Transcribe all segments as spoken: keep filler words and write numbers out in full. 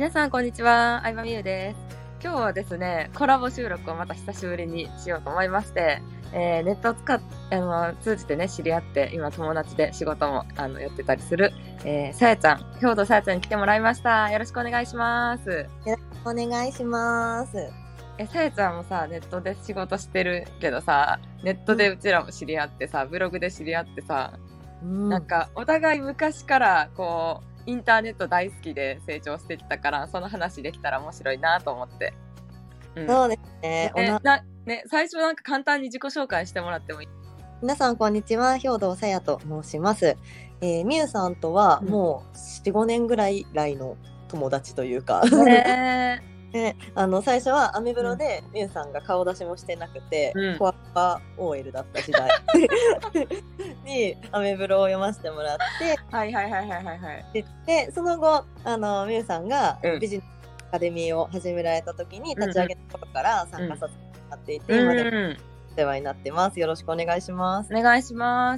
皆さんこんにちは、相葉美優です。今日はですね、コラボ収録をまた久しぶりにしようと思いまして、えー、ネットを使っあの通じてね知り合って、今友達で仕事もあのやってたりする、えー、さやちゃん、兵藤さやちゃんに来てもらいました。よろしくお願いします。よろしくお願いします。 えさやちゃんもさ、ネットで仕事してるけどさ、ネットでうちらも知り合ってさ、うん、ブログで知り合ってさ、うん、なんかお互い昔からこうインターネット大好きで成長してきたから、その話できたら面白いなと思って、 うん、そうですね。 ねなね、最初なんか簡単に自己紹介してもらってもいい？ 皆さんこんにちは、兵藤さやと申します。えー、みゆさんとはもう よん,ご 年ぐらい来の友達というか、ねね、あの最初はアメブロでみゆさんが顔出しもしてなくて、うん、コアパ オーエル だった時代にアメブロを読ませてもらって、 はいはいはいはいはい、はい、 で, でその後あのみゆさんがビジネスアカデミーを始められた時に立ち上げた頃から参加させてもらっていて、うん、今でもお世話になってます。よろしくお願いします。 お願いします。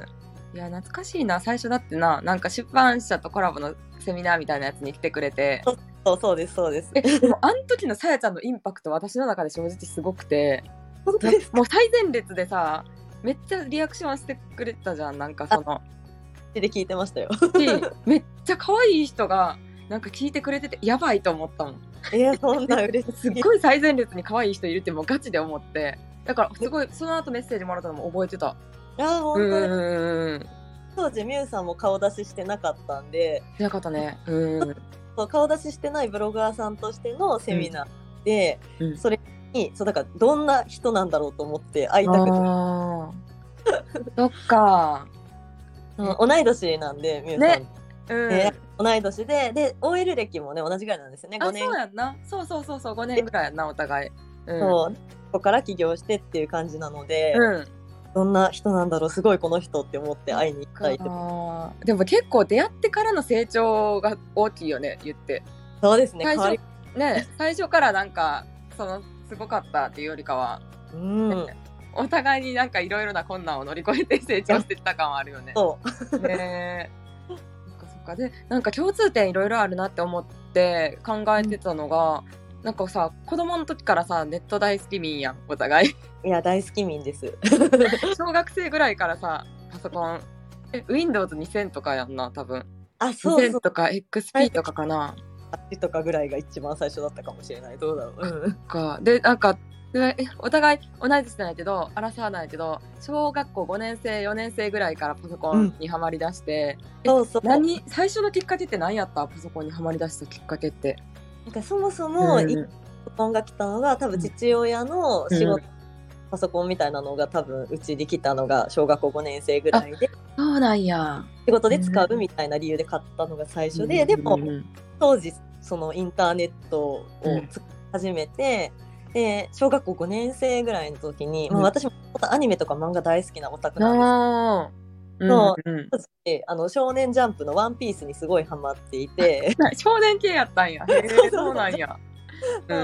いや懐かしいな。最初だってな、なんか出版社とコラボのセミナーみたいなやつに来てくれて、 そうそうですそうです。 えでもあの時のさやちゃんのインパクト私の中で正直すごくて、 本当ですか？ もう最前列でさ、めっちゃリアクションしてくれたじゃん。なんかそので聞いてましたよめっちゃ可愛い人がなんか聞いてくれててやばいと思ったもん。 いやそんな嬉しい。 すっごい最前列に可愛い人いるってもうガチで思って、だからすごいその後メッセージもらったのも覚えてた。 あ本当に当時みゆさんも顔出ししてなかったんで。 なかったね。うんそう顔出ししてないブロガーさんとしてのセミナーで、うん、それにそうだからどんな人なんだろうと思って会いたくて。 そっか、 うん、同い年なんでみゆさん、ねうんね、同い年でで オーエル 歴もね同じぐらいなんですよね。ごねん。 あそうやんな。そうそうそうそうごねんぐらいやんなお互い、 うん、そうここから起業してっていう感じなので、 うん、どんな人なんだろうすごいこの人って思って会いに行きたいって。 でも結構出会ってからの成長が大きいよね。言ってそうですね。 最初ね最初からなんかそのすごかったっていうよりかは、 うん、 ね、お互いになんかいろいろな困難を乗り越えて成長してきた感はあるよね。 そうねそっかそっか。でなんか共通点いろいろあるなって思って考えてたのが、うん、なんかさ子供の時からさネット大好き民やんお互い。 いや大好き民です小学生ぐらいからさパソコンえ ウィンドウズにせんとかやんな多分。 あそうそうにせんとか エックスピー とかかな。 はちとかぐらいが一番最初だったかもしれない。どうだろう、うん、 かでなんかお互い同い年じゃないけどアラサーなんやけど、小学校ごねん生よねん生ぐらいからパソコンにはまりだして、うん、そうそう何最初のきっかけって何やった？パソコンにはまりだしたきっかけって。 なんかそもそも、うん、パソコンが来たのが多分父親の仕事、うん、パソコンみたいなのが多分うちに来たのが小学校ごねん生ぐらいで、 そうなんや、 仕事で使うみたいな理由で買ったのが最初で、うん、でも当時そのインターネットを使い始めて、うん、で小学校ごねん生ぐらいの時に、うんまあ、私もアニメとか漫画大好きなオタクなんですけど、うんうん、あの少年ジャンプのワンピースにすごいハマっていて少年系やったんや。そうなんや、 うん、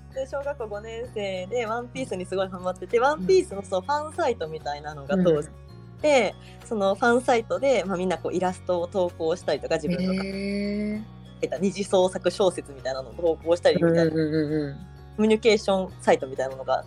で小学校ごねん生でワンピースにすごいハマってて、ワンピースのそうファンサイトみたいなのが当時で、うん、そのファンサイトで、まあ、みんなこうイラストを投稿したりとか自分の二次創作小説みたいなのを投稿したりみたいな、うんうんうん、コミュニケーションサイトみたいなのがあって、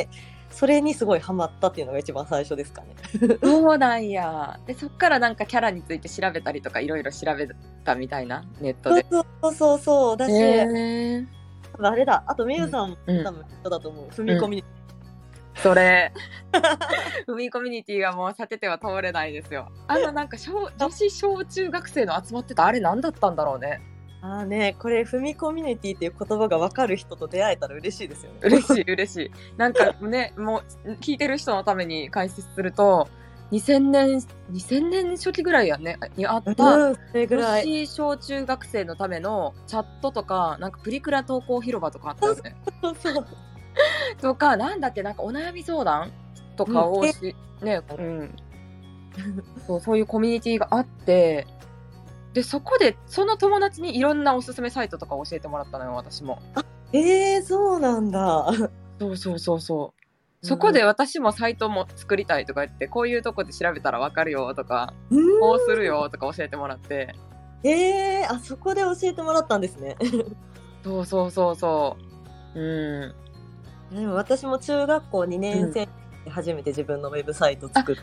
それにすごいハマったっていうのが一番最初ですかね。 そうなんや。でそっからなんかキャラについて調べたりとかいろいろ調べたみたいな、ネットで。 そうそうそうだし、 えー、 あれだ、あとみゆさんも多分人だと思う、ふみコミュニティ、うん、それふみコミュニティがもう避けては通れないですよ。あのなんか小女子小中学生の集まってたあれ何だったんだろうね。 あーね、これふみコミュニティっていう言葉が分かる人と出会えたら嬉しいですよね。 嬉しい嬉しい。なんかねもう聞いてる人のために解説すると、にせんねんにせんねん初期ぐらいやねにあった女子小中学生のためのチャットとか、なんかプリクラ投稿広場とかあったよね。 そうそうとかなんだっけ、なんかお悩み相談とかをし、うん、ね、うん、そうそういうコミュニティがあって、でそこでその友達にいろんなおすすめサイトとか教えてもらったのよ私も。 あえー、そうなんだ。 そうそうそうそう、そこで私もサイトも作りたいとか言って、こういうとこで調べたらわかるよとか、こうするよとか教えてもらって、 えー、あそこで教えてもらったんですね。 そうそうそうそう。うん。 でも私も中学校にねん生で初めて自分のウェブサイト作って、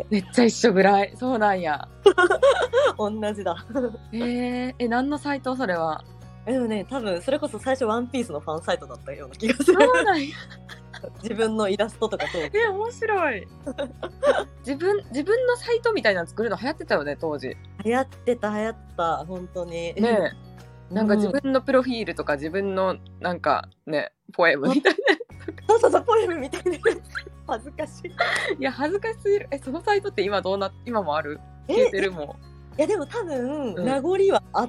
めっちゃ一緒ぐらい。そうなんや。 同じだ。 えー、え、何のサイトそれは。 でもね、多分それこそ最初ワンピースのファンサイトだったような気がする。 そうなんや。 自分のイラストとかと。 え、面白い。自分自分のサイトみたいなの作るの流行ってたよね当時。 流行ってた流行った本当に。 ねえ、なんか自分のプロフィールとか自分のなんかねポエムみたいな。 そうそうそうポエムみたいな。恥ずかしい。 いや恥ずかしすぎる。え、そのサイトって今どうな今もある？消えてるもん。いやでも多分、 うん、 名残はあって、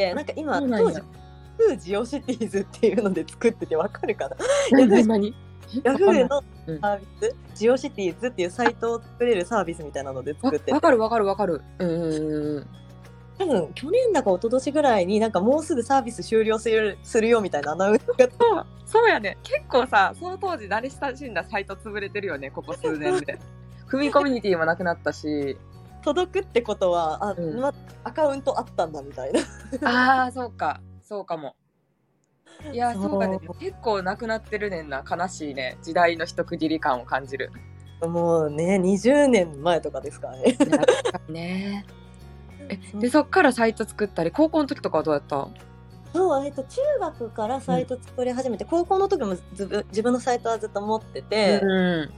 なんか今当当時ジオシティーズっていうので作っててわかるかな。 何何ヤフーのサービス、うん、ジオシティーズっていうサイトを作れるサービスみたいなので作ってて。 わかるわかるわかる。うんうんうん。 多分去年だか一昨年ぐらいになんかもうすぐサービス終了するするよみたいなアナウンスが。 そうそうやね。結構さ、その当時慣れ親しんだサイト潰れてるよね、ここ数年で。組みコミュニティもなくなったし。 届くってことはあ、うんま、アカウントあったんだみたいな。 ああそうかそうかも。いやそうかね、結構なくなってるねんな。悲しいね。時代の一区切り感を感じる。 もうねにじゅうねんまえとかですからね。 ねえでそっからサイト作ったり、高校の時とかはどうやった？ そう、えっと、中学からサイト作り始めて、うん、高校の時もず自分のサイトはずっと持ってて、うん、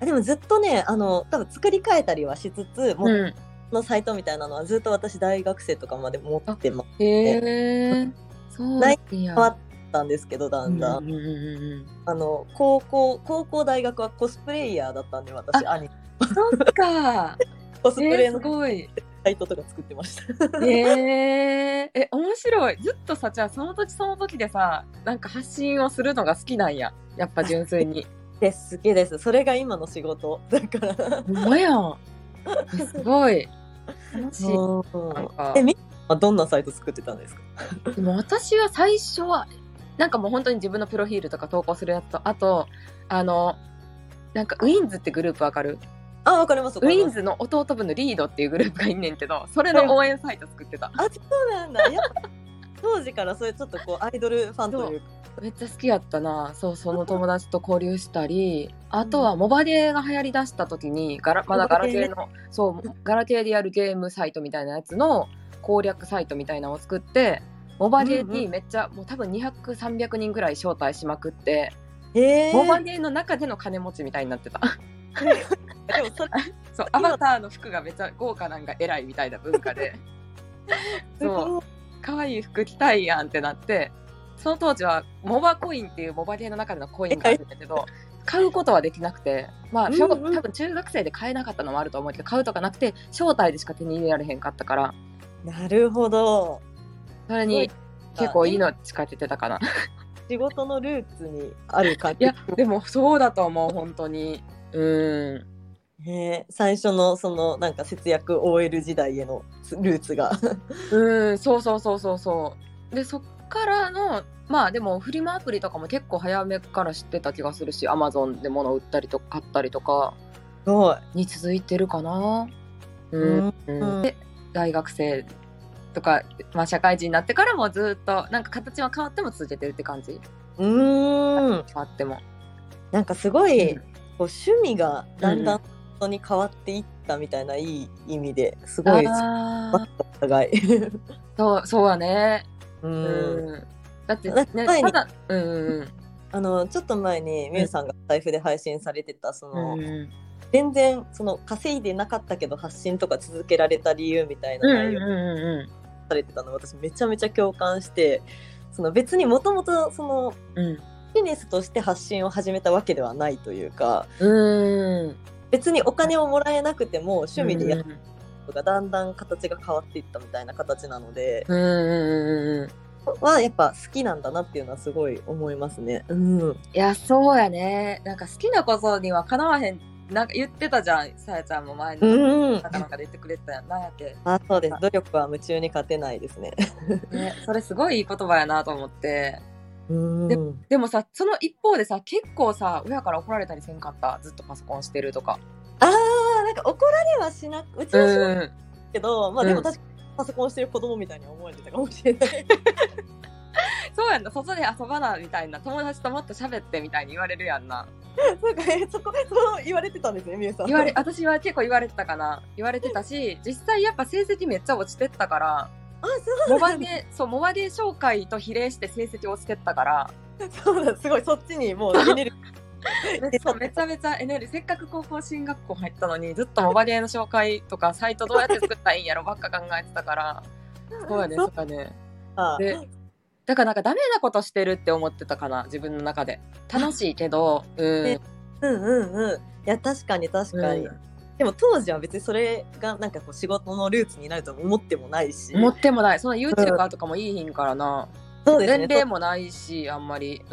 でもずっとねあの多分作り変えたりはしつつ、もうのサイトみたいなのはずっと私大学生とかまで持ってます。 へー、そうなんや。 変わったんですけどだんだん、うんうんうんうん、あの高校高校大学はコスプレイヤーだったんで私兄そっかコスプレの、 えー、すごいサイトとか作ってましたえー、え面白い。ずっとさ、じゃあその時その時でさなんか発信をするのが好きなんや、やっぱ純粋に。 です好きです。それが今の仕事だからほんまやんすごい楽しい。なんかえみどんなサイト作ってたんですか？ でも私は最初はなんかもう本当に自分のプロフィールとか投稿するやつと、あとあのなんかウィンズってグループわかる？ あ、わかります。 ウィンズの弟分のリードっていうグループがいんねんけど、それの応援サイト作ってた。 あ、そうなんだ。やっぱ当時からそういうちょっとこうアイドルファンというかめっちゃ好きやったな。そう、その友達と交流したり、あとはモバゲーが流行りだした時にガラまだガラケーのそうガラケーでやるゲームサイトみたいなやつの攻略サイトみたいなのを作って、モバゲーにめっちゃ、うんうん、もう多分にひゃく、さんびゃくにんぐらい招待しまくって、 えー、 モバゲーの中での金持ちみたいになってた。でもそれそうアバターの服がめっちゃ豪華なんが偉いみたいな文化でそう可愛い服着たいやんってなって、その当時はモバコインっていうモバゲーの中でのコインがあるんだけど買うことはできなくて、まあ、うんうん、多分中学生で買えなかったのもあると思うけど、買うとかなくて招待でしか手に入れられへんかったから。 なるほど。 それに結構命かけてたかな。 仕事のルーツにある感じ。 いやでもそうだと思う本当に。うんね、最初のそのなんか節約 オーエル 時代へのルーツがうんそうそうそうそうそうで、そっからのまあでもフリマアプリとかも結構早めから知ってた気がするし、アマゾンで物売ったりとか買ったりとかに続いてるかな。うん、うん、で大学生とか、まあ、社会人になってからもずっとなんか形は変わっても続けてるって感じ。 うーん変わってもなんかすごい、うん、こう趣味がだんだん本当に変わっていったみたいないい意味ですごいお互いそうそうだね。 うんうんだってね前にただ、うんうん、 あのちょっと前にみゆさんが財布で配信されてたその、うん、全然その稼いでなかったけど発信とか続けられた理由みたいな内容されてたの、私めちゃめちゃ共感して、その別にもともとその、うん、ビジネスとして発信を始めたわけではないというか、うん別にお金をもらえなくても趣味でやることがだんだん形が変わっていったみたいな形なので、うんはやっぱ好きなんだなっていうのはすごい思いますね。うん、 いやそうやね。なんか好きなことにはかなわへんなんか言ってたじゃん、さやちゃんも前になかなかで言ってくれてたやん。なんやっけ。 あ、そうです。努力は夢中に勝てないですね。 ね、それすごいいい言葉やなと思って。で, でもさその一方でさ結構さ親から怒られたりせんかった？ずっとパソコンしてるとか。 あーなんか怒られはしなくうちはしなくけど、うん、まあでも確かにパソコンしてる子供みたいに思えてたかもしれない。 そうやんな、外で遊ばなみたいな、友達ともっと喋ってみたいに言われるやんな。 そうか、えそこそう言われてたんですね、みゆさん。 言われ私は結構言われてたかな、言われてたし、実際やっぱ成績めっちゃ落ちてったから、 あ、そうモバゲー、そうモバゲー紹介と比例して成績落ちてったから、 そうだ、すごいそっちにもうエネルギーそうめちゃめちゃエネルギー、せっかく高校進学校入ったのにずっとモバゲーの紹介とかサイトどうやって作ったらいいんやろばっか考えてたから、そうやね、そうやね。でだからなんかダメなことしてるって思ってたかな、自分の中で。楽しいけど、うん、 ね、うんうんうん。いや確かに確かに、うん、でも当時は別にそれがなんかこう仕事のルーツになると思ってもないし。 思ってもない。その YouTuber とかもいいひんからな。うん、そうですね。年齢もないし、あんまり。うん。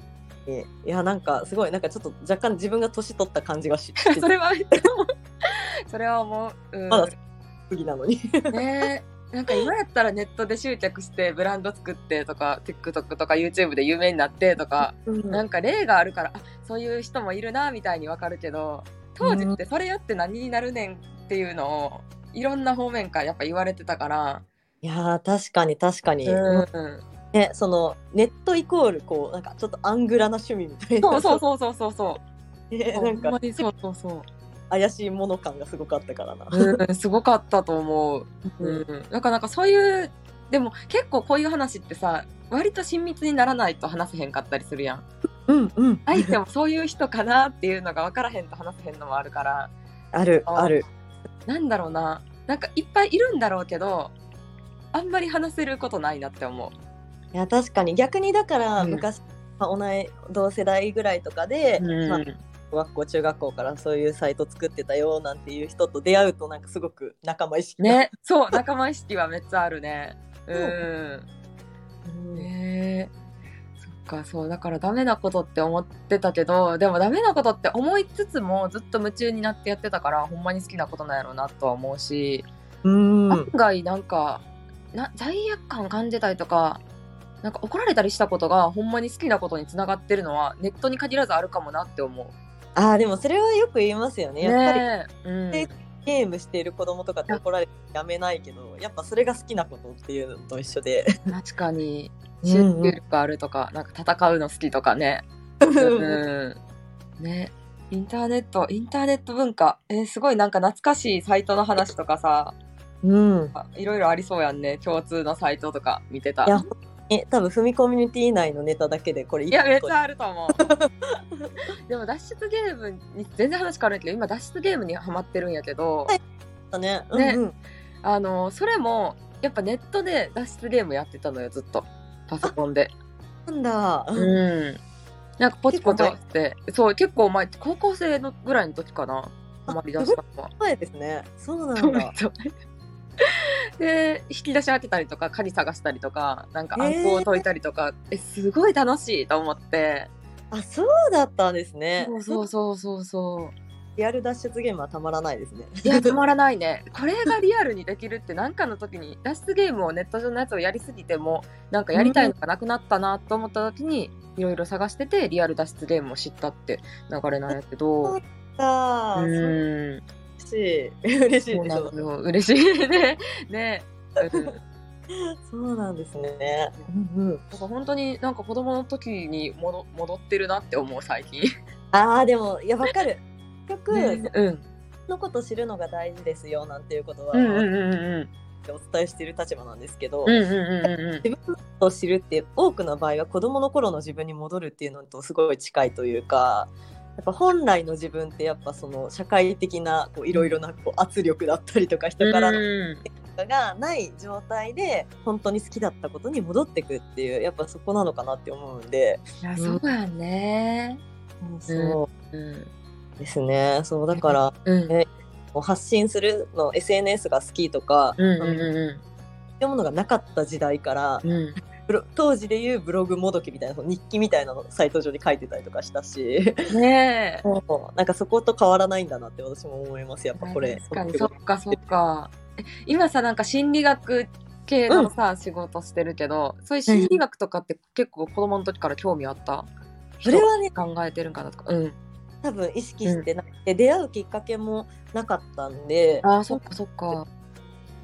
いやなんかすごいなんかちょっと若干自分が年取った感じがして。 それはそれは思う。うん、 まだ次なのに。 ね。なんか今やったらネットで執着してブランド作ってとか TikTok とか YouTube で有名になってとか、うん、なんか例があるから、あ、そういう人もいるなみたいにわかるけど、当時ってそれやって何になるねんっていうのをいろんな方面からやっぱ言われてたから。 いや確かに確かに、 うんね、そのネットイコールこうなんかちょっとアングラな趣味みたいな。 そうそうそうそうそう、 ね、なんかそうそうそう怪しいもの感がすごかったからな。 うん、すごかったと思う。うん、なかなかそういうでも結構こういう話ってさ、割と親密にならないと話せへんかったりするやん。 うんうん。 相手もそういう人かなっていうのが分からへんと話せへんのもあるから。 あるある。 なんだろうな、なんかいっぱいいるんだろうけど、あんまり話せることないなって思う。 いや確かに逆にだから昔、うん、まあ、同い同世代ぐらいとかで。うんまあ小学校中学校からそういうサイト作ってたよなんていう人と出会うとなんかすごく仲間意識ね、そう仲間意識はめっちゃあるね。うん、うん、ねえ、そっか、そうだからダメなことって思ってたけど、でもダメなことって思いつつもずっと夢中になってやってたから、ほんまに好きなことなんやろうなとは思うし、 うん案外なんかな罪悪感感じたりとか、なんか怒られたりしたことがほんまに好きなことにつながってるのはネットに限らずあるかもなって思う。 あーでもそれはよく言いますよね。やっぱり、 ねうん、 ゲームしている子供とかって怒られてやめないけど、やっぱそれが好きなことっていうのと一緒で。 確かに集中力あるとか、うんうん、なんか戦うの好きとかね。うんね、インターネットインターネット文化、えー、すごいなんか懐かしいサイトの話とかさ、 うん、 いろいろありそうやんね。共通のサイトとか見てた。 いやえ多分ふみコミュニティ内のネタだけでこれいやめっちゃあると思う。でも脱出ゲームに全然話変わるけど、今脱出ゲームにハマってるんやけど、 はいねうんねうん、 あのそれもやっぱネットで脱出ゲームやってたのよ、ずっとパソコンで。 なんだ、 うん、なんかポチポチってそう結構前、高校生のぐらいの時かな、ハマりだしたのは。 前ですね。そうなんだ。 で引き出し当てたりとか鍵探したりとか、なんか暗号を解いたりとか、えー、えすごい楽しいと思って。 あそうだったんですね。 そうそうそうそうそう、 リアル脱出ゲームはたまらないですね。 いやたまらないね。これがリアルにできるって何かの時に脱出ゲームをネット上のやつをやりすぎてもなんかやりたいのがなくなったなと思った時にいろいろ探しててリアル脱出ゲームを知ったって流れなんやけど。 そうだー、うん嬉しい嬉しいでしょ。 嬉しいねね、うん、 そうなんですね。うんうん。 だから本当になんか子供の時に戻戻ってるなって思う最近。 ああでもいやわかる。結局、ね、 うん、 のこと知るのが大事ですよなんていうことは、 うんうんうんうん、 お伝えしている立場なんですけど、 うんうんうんうん、 自分のことを知るって多くの場合は子供の頃の自分に戻るっていうのとすごい近いというか。やっぱ本来の自分ってやっぱその社会的ないろいろなこう圧力だったりとか人からのがない状態で本当に好きだったことに戻ってくっていうやっぱそこなのかなって思うんで。 いやそうやね、 うん、そう、うん、ですね。そうだから、うんね、発信するの エスエヌエス が好きとか、 うんうんうんうん、 そういうものがなかった時代から、 うん当時でいうブログもどきみたいな日記みたいなのサイト上に書いてたりとかしたし、 ねえなんかそこと変わらないんだなって私も思います。やっぱこれ確かにそっかそっか。今さなんか心理学系のさ、うん、仕事してるけど、そういう心理学とかって結構子供の時から興味あった？ それはね考えてるんかなとか、うん、 多分意識してなくて、うん、出会うきっかけもなかったんで。 あそっかそっか。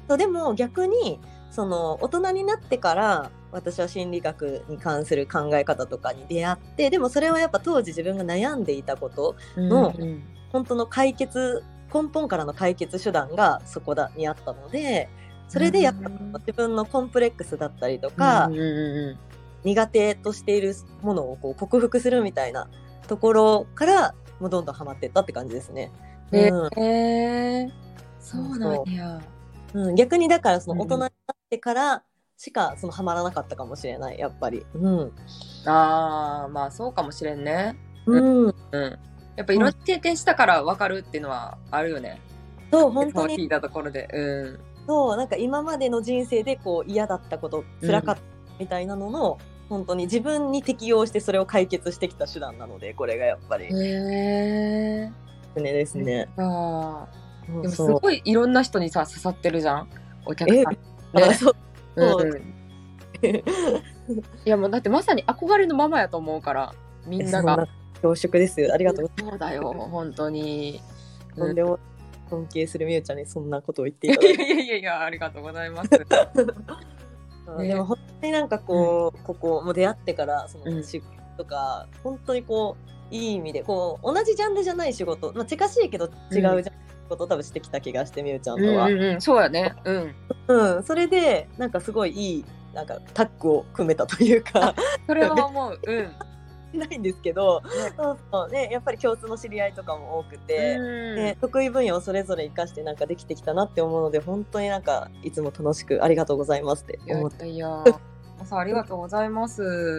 そうでも逆にその大人になってから私は心理学に関する考え方とかに出会って、でもそれはやっぱ当時自分が悩んでいたことの、 うんうん、 本当の解決、根本からの解決手段がそこだにあったので、それでやっぱ自分のコンプレックスだったりとか、 うんうんうん、 苦手としているものをこう克服するみたいなところからもうどんどんハマっていったって感じですね。 へうん、 え、そうなんや。 うん、逆にだからその大人になってからしかそのハマらなかったかもしれない、やっぱり。うん、 ああ、まあそうかもしれんね。 うん、 うん。やっぱいろんな経験したから分かるっていうのはあるよね。 そう本当に聞いたところで。うん。 そうなんか今までの人生でこう嫌だったこと辛かったみたいなのの、うん、本当に自分に適応してそれを解決してきた手段なので、これがやっぱり。 へえ。 ねですね。 ああ。でもすそうごいいろんな人にさ刺さってるじゃん、お客さん。 えあね。 そうそう、 うん。いやもうだってまさに憧れのままやと思うから、みんなが。 そんな恐縮ですよ。ありがとうございます。 そうだよ、本当に。 とんでも尊敬するみゆちゃんにそんなことを言っていやいただいて。 いやいやいや、ありがとうございます。ね、 でも本当になんかこう、うん、ここも出会ってからその仕事とか、うん、本当にこういい意味でこう同じジャンルじゃない仕事、まあ、近しいけど違うジャンルの仕事を多分してきた気がして、みゆちゃんとは、 うんうんうん、そうやね、うん、 うん、それでなんかすごいいいなんかタッグを組めたというか、 それは思う、うんないんですけど、ね、そうそうね、やっぱり共通の知り合いとかも多くて、ね、得意分野をそれぞれ生かしてなんかできてきたなって思うので、本当になんかいつも楽しくありがとうございますって思って。 いやいやありがとうございます。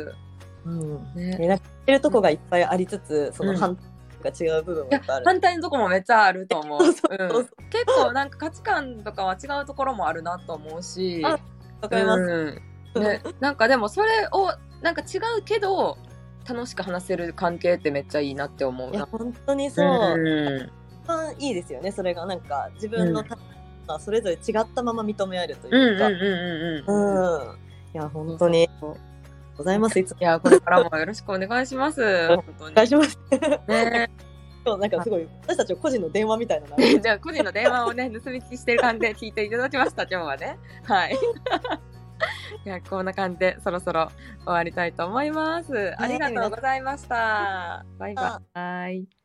うんね、なんか知るとこがいっぱいありつつ、その反対が違う部分もいっぱいある。 反対のとこもめっちゃあると思う。結構なんか価値観とかは違うところもあるなと思うし、 あ、わかります。 うんね、なんかでもそれをなんか違うけど楽しく話せる関係ってめっちゃいいなって思うな。 いや本当にそう、うん、いいですよね。それがなんか自分の、うん、それぞれ違ったまま認め合えるというか、うんうんうんうん、いや本当にございます。いつもいやこれからもよろしくお願いします。本当にお願いします。 ね。 そうなんかすごい私たちの個人の電話みたいなじゃあ個人の電話をね盗み聞きしてる感じで聞いていただきました今日はね。はい。いやこんな感じでそろそろ終わりたいと思います。ありがとうございました。バイバイ。